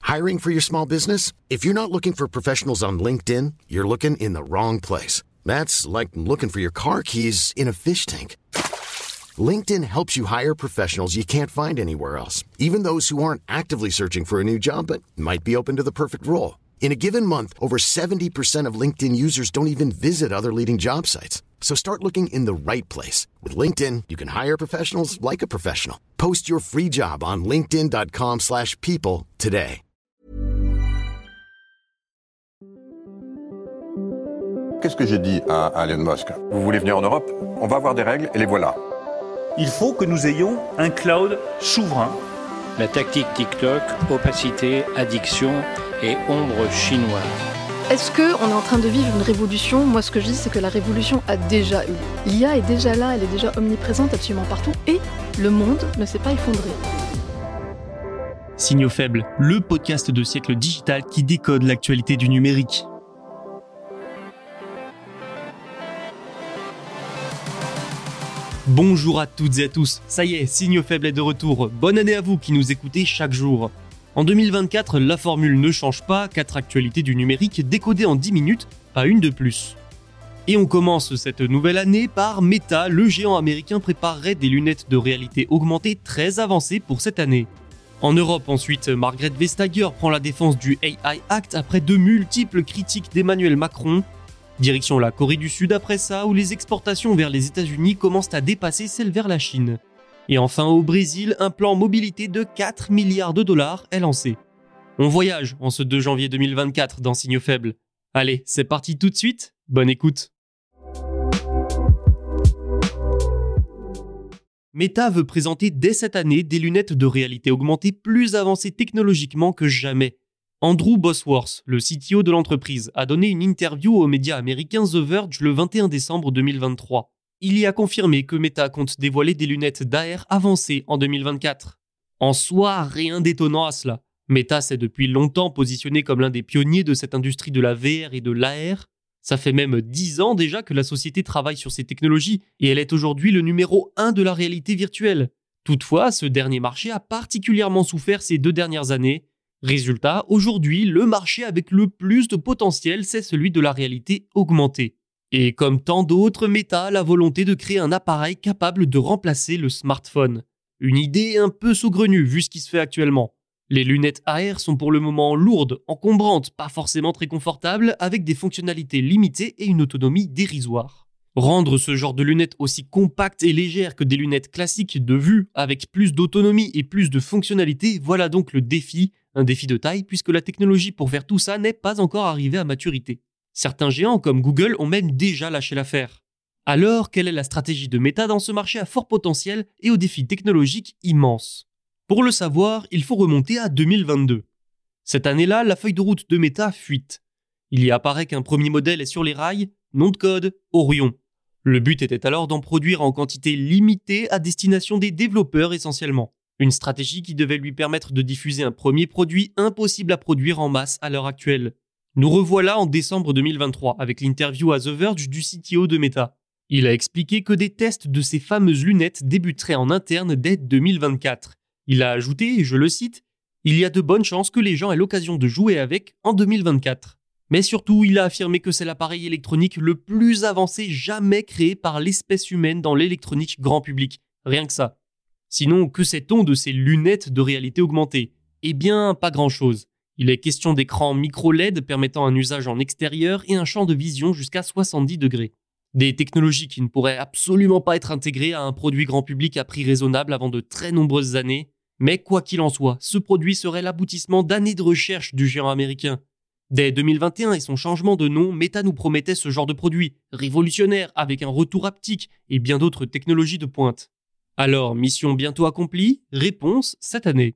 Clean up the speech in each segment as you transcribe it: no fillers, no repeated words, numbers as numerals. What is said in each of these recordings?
Hiring for your small business? If you're not looking for professionals on LinkedIn, you're looking in the wrong place. That's like looking for your car keys in a fish tank. LinkedIn helps you hire professionals you can't find anywhere else, even those who aren't actively searching for a new job but might be open to the perfect role. In a given month, over 70% of LinkedIn users don't even visit other leading job sites. So start looking in the right place. With LinkedIn, you can hire professionals like a professional. Post your free job on linkedin.com/people today. Qu'est-ce que j'ai dit à Elon Musk ? Vous voulez venir en Europe ? On va avoir des règles et les voilà. Il faut que nous ayons un cloud souverain. La tactique TikTok, opacité, addiction et ombre chinoise. Est-ce qu'on est en train de vivre une révolution ? Moi, ce que je dis, c'est que la révolution a déjà eu. L'IA est déjà là, elle est déjà omniprésente absolument partout, et le monde ne s'est pas effondré. Signaux faibles, le podcast de Siècle Digital qui décode l'actualité du numérique. Bonjour à toutes et à tous, ça y est, Signaux faibles est de retour. Bonne année à vous qui nous écoutez chaque jour. En 2024, la formule ne change pas, 4 actualités du numérique décodées en 10 minutes, pas une de plus. Et on commence cette nouvelle année par Meta, le géant américain préparerait des lunettes de réalité augmentée très avancées pour cette année. En Europe ensuite, Margrethe Vestager prend la défense du AI Act après de multiples critiques d'Emmanuel Macron. Direction la Corée du Sud après ça, où les exportations vers les États-Unis commencent à dépasser celles vers la Chine. Et enfin au Brésil, un plan mobilité de 4 milliards de dollars est lancé. On voyage en ce 2 janvier 2024 dans Signaux faibles. Allez, c'est parti tout de suite, bonne écoute. Meta veut présenter dès cette année des lunettes de réalité augmentée plus avancées technologiquement que jamais. Andrew Bosworth, le CTO de l'entreprise, a donné une interview aux médias américains The Verge le 21 décembre 2023. Il y a confirmé que Meta compte dévoiler des lunettes d'AR avancées en 2024. En soi, rien d'étonnant à cela. Meta s'est depuis longtemps positionné comme l'un des pionniers de cette industrie de la VR et de l'AR. Ça fait même 10 ans déjà que la société travaille sur ces technologies et elle est aujourd'hui le numéro 1 de la réalité virtuelle. Toutefois, ce dernier marché a particulièrement souffert ces 2 dernières années. Résultat, aujourd'hui, le marché avec le plus de potentiel, c'est celui de la réalité augmentée. Et comme tant d'autres, Meta a la volonté de créer un appareil capable de remplacer le smartphone. Une idée un peu saugrenue vu ce qui se fait actuellement. Les lunettes AR sont pour le moment lourdes, encombrantes, pas forcément très confortables, avec des fonctionnalités limitées et une autonomie dérisoire. Rendre ce genre de lunettes aussi compactes et légères que des lunettes classiques de vue, avec plus d'autonomie et plus de fonctionnalités, voilà donc le défi. Un défi de taille puisque la technologie pour faire tout ça n'est pas encore arrivée à maturité. Certains géants comme Google ont même déjà lâché l'affaire. Alors, quelle est la stratégie de Meta dans ce marché à fort potentiel et aux défis technologiques immenses ? Pour le savoir, il faut remonter à 2022. Cette année-là, la feuille de route de Meta fuite. Il y apparaît qu'un premier modèle est sur les rails, nom de code, Orion. Le but était alors d'en produire en quantité limitée à destination des développeurs essentiellement. Une stratégie qui devait lui permettre de diffuser un premier produit impossible à produire en masse à l'heure actuelle. Nous revoilà en décembre 2023 avec l'interview à The Verge du CTO de Meta. Il a expliqué que des tests de ces fameuses lunettes débuteraient en interne dès 2024. Il a ajouté, je le cite, « Il y a de bonnes chances que les gens aient l'occasion de jouer avec en 2024 ». Mais surtout, il a affirmé que c'est l'appareil électronique le plus avancé jamais créé par l'espèce humaine dans l'électronique grand public. Rien que ça. Sinon, que sait-on de ces lunettes de réalité augmentée ? Eh bien, pas grand-chose. Il est question d'écrans micro-LED permettant un usage en extérieur et un champ de vision jusqu'à 70 degrés. Des technologies qui ne pourraient absolument pas être intégrées à un produit grand public à prix raisonnable avant de très nombreuses années. Mais quoi qu'il en soit, ce produit serait l'aboutissement d'années de recherche du géant américain. Dès 2021 et son changement de nom, Meta nous promettait ce genre de produit, révolutionnaire, avec un retour haptique et bien d'autres technologies de pointe. Alors, mission bientôt accomplie ? Réponse cette année.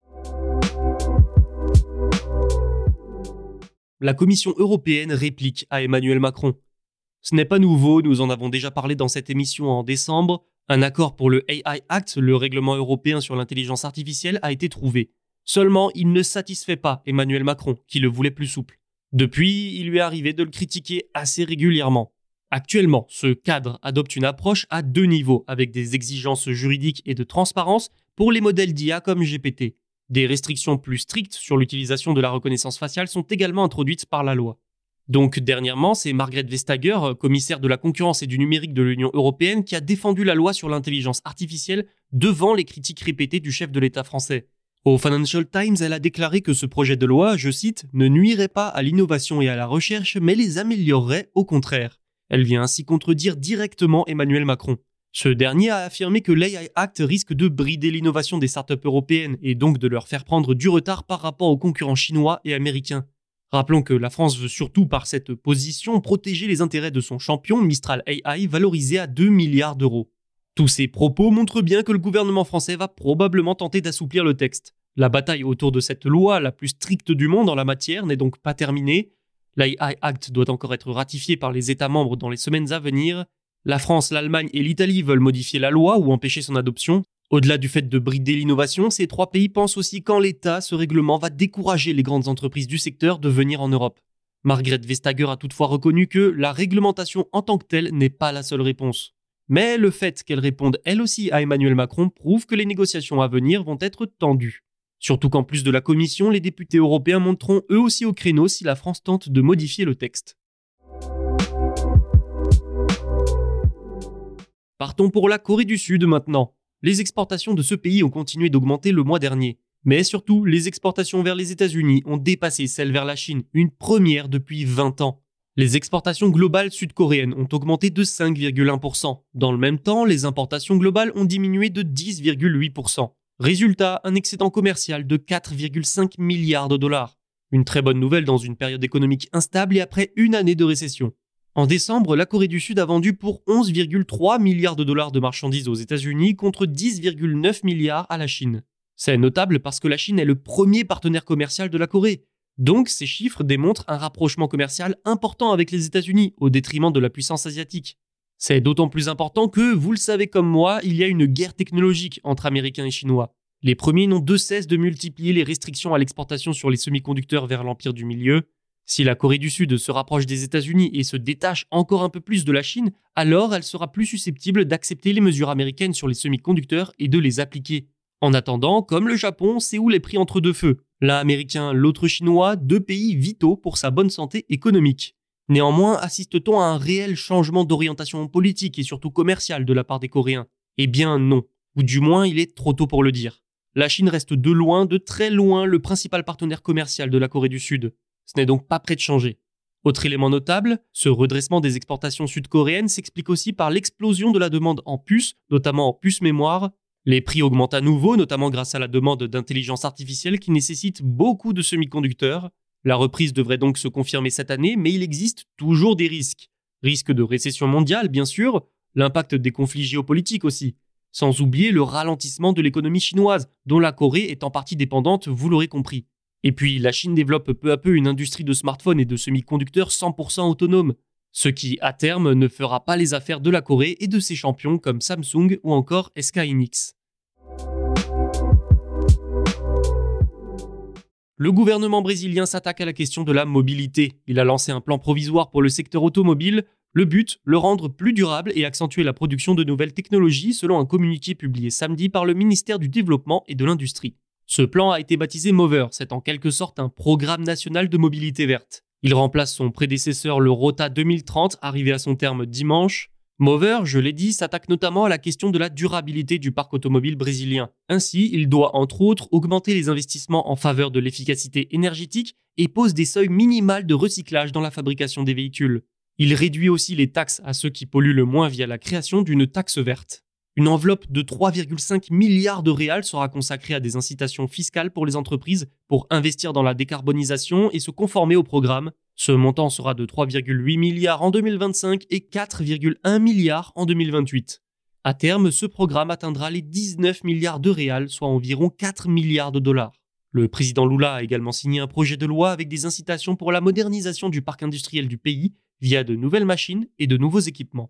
La Commission européenne réplique à Emmanuel Macron. Ce n'est pas nouveau, nous en avons déjà parlé dans cette émission en décembre. Un accord pour le AI Act, le règlement européen sur l'intelligence artificielle, a été trouvé. Seulement, il ne satisfait pas Emmanuel Macron, qui le voulait plus souple. Depuis, il lui est arrivé de le critiquer assez régulièrement. Actuellement, ce cadre adopte une approche à 2 niveaux, avec des exigences juridiques et de transparence pour les modèles d'IA comme GPT. Des restrictions plus strictes sur l'utilisation de la reconnaissance faciale sont également introduites par la loi. Donc dernièrement, c'est Margrethe Vestager, commissaire de la concurrence et du numérique de l'Union européenne, qui a défendu la loi sur l'intelligence artificielle devant les critiques répétées du chef de l'État français. Au Financial Times, elle a déclaré que ce projet de loi, je cite, « ne nuirait pas à l'innovation et à la recherche, mais les améliorerait au contraire ». Elle vient ainsi contredire directement Emmanuel Macron. Ce dernier a affirmé que l'AI Act risque de brider l'innovation des startups européennes et donc de leur faire prendre du retard par rapport aux concurrents chinois et américains. Rappelons que la France veut surtout par cette position protéger les intérêts de son champion Mistral AI valorisé à 2 milliards d'euros. Tous ces propos montrent bien que le gouvernement français va probablement tenter d'assouplir le texte. La bataille autour de cette loi, la plus stricte du monde en la matière, n'est donc pas terminée. L'AI Act doit encore être ratifié par les États membres dans les semaines à venir. La France, l'Allemagne et l'Italie veulent modifier la loi ou empêcher son adoption. Au-delà du fait de brider l'innovation, ces 3 pays pensent aussi qu'en l'état, ce règlement va décourager les grandes entreprises du secteur de venir en Europe. Margrethe Vestager a toutefois reconnu que la réglementation en tant que telle n'est pas la seule réponse. Mais le fait qu'elle réponde elle aussi à Emmanuel Macron prouve que les négociations à venir vont être tendues. Surtout qu'en plus de la Commission, les députés européens monteront eux aussi au créneau si la France tente de modifier le texte. Partons pour la Corée du Sud maintenant. Les exportations de ce pays ont continué d'augmenter le mois dernier. Mais surtout, les exportations vers les États-Unis ont dépassé celles vers la Chine, une première depuis 20 ans. Les exportations globales sud-coréennes ont augmenté de 5,1%. Dans le même temps, les importations globales ont diminué de 10,8%. Résultat, un excédent commercial de 4,5 milliards de dollars. Une très bonne nouvelle dans une période économique instable et après une année de récession. En décembre, la Corée du Sud a vendu pour 11,3 milliards de dollars de marchandises aux États-Unis contre 10,9 milliards à la Chine. C'est notable parce que la Chine est le premier partenaire commercial de la Corée. Donc ces chiffres démontrent un rapprochement commercial important avec les États-Unis au détriment de la puissance asiatique. C'est d'autant plus important que, vous le savez comme moi, il y a une guerre technologique entre Américains et Chinois. Les premiers n'ont de cesse de multiplier les restrictions à l'exportation sur les semi-conducteurs vers l'Empire du Milieu. Si la Corée du Sud se rapproche des États-Unis et se détache encore un peu plus de la Chine, alors elle sera plus susceptible d'accepter les mesures américaines sur les semi-conducteurs et de les appliquer. En attendant, comme le Japon, Séoul est pris entre deux feux. L'un américain, l'autre chinois, 2 pays vitaux pour sa bonne santé économique. Néanmoins, assiste-t-on à un réel changement d'orientation politique et surtout commerciale de la part des Coréens ? Eh bien non, ou du moins il est trop tôt pour le dire. La Chine reste de très loin, le principal partenaire commercial de la Corée du Sud. Ce n'est donc pas prêt de changer. Autre élément notable, ce redressement des exportations sud-coréennes s'explique aussi par l'explosion de la demande en puces, notamment en puces mémoire. Les prix augmentent à nouveau, notamment grâce à la demande d'intelligence artificielle qui nécessite beaucoup de semi-conducteurs. La reprise devrait donc se confirmer cette année, mais il existe toujours des risques. Risque de récession mondiale, bien sûr, l'impact des conflits géopolitiques aussi, sans oublier le ralentissement de l'économie chinoise, dont la Corée est en partie dépendante, vous l'aurez compris. Et puis, la Chine développe peu à peu une industrie de smartphones et de semi-conducteurs 100% autonomes, ce qui, à terme, ne fera pas les affaires de la Corée et de ses champions comme Samsung ou encore SK Hynix. Le gouvernement brésilien s'attaque à la question de la mobilité. Il a lancé un plan provisoire pour le secteur automobile. Le but, le rendre plus durable et accentuer la production de nouvelles technologies selon un communiqué publié samedi par le ministère du Développement et de l'Industrie. Ce plan a été baptisé Mover, c'est en quelque sorte un programme national de mobilité verte. Il remplace son prédécesseur le Rota 2030, arrivé à son terme dimanche. Mover, je l'ai dit, s'attaque notamment à la question de la durabilité du parc automobile brésilien. Ainsi, il doit entre autres augmenter les investissements en faveur de l'efficacité énergétique et pose des seuils minimales de recyclage dans la fabrication des véhicules. Il réduit aussi les taxes à ceux qui polluent le moins via la création d'une taxe verte. Une enveloppe de 3,5 milliards de réals sera consacrée à des incitations fiscales pour les entreprises pour investir dans la décarbonisation et se conformer au programme. Ce montant sera de 3,8 milliards en 2025 et 4,1 milliards en 2028. À terme, ce programme atteindra les 19 milliards de réals, soit environ 4 milliards de dollars. Le président Lula a également signé un projet de loi avec des incitations pour la modernisation du parc industriel du pays via de nouvelles machines et de nouveaux équipements.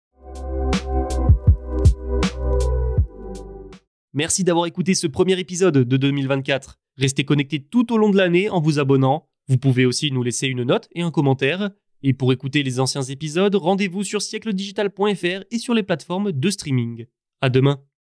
Merci d'avoir écouté ce premier épisode de 2024. Restez connectés tout au long de l'année en vous abonnant. Vous pouvez aussi nous laisser une note et un commentaire. Et pour écouter les anciens épisodes, rendez-vous sur siècledigital.fr et sur les plateformes de streaming. À demain.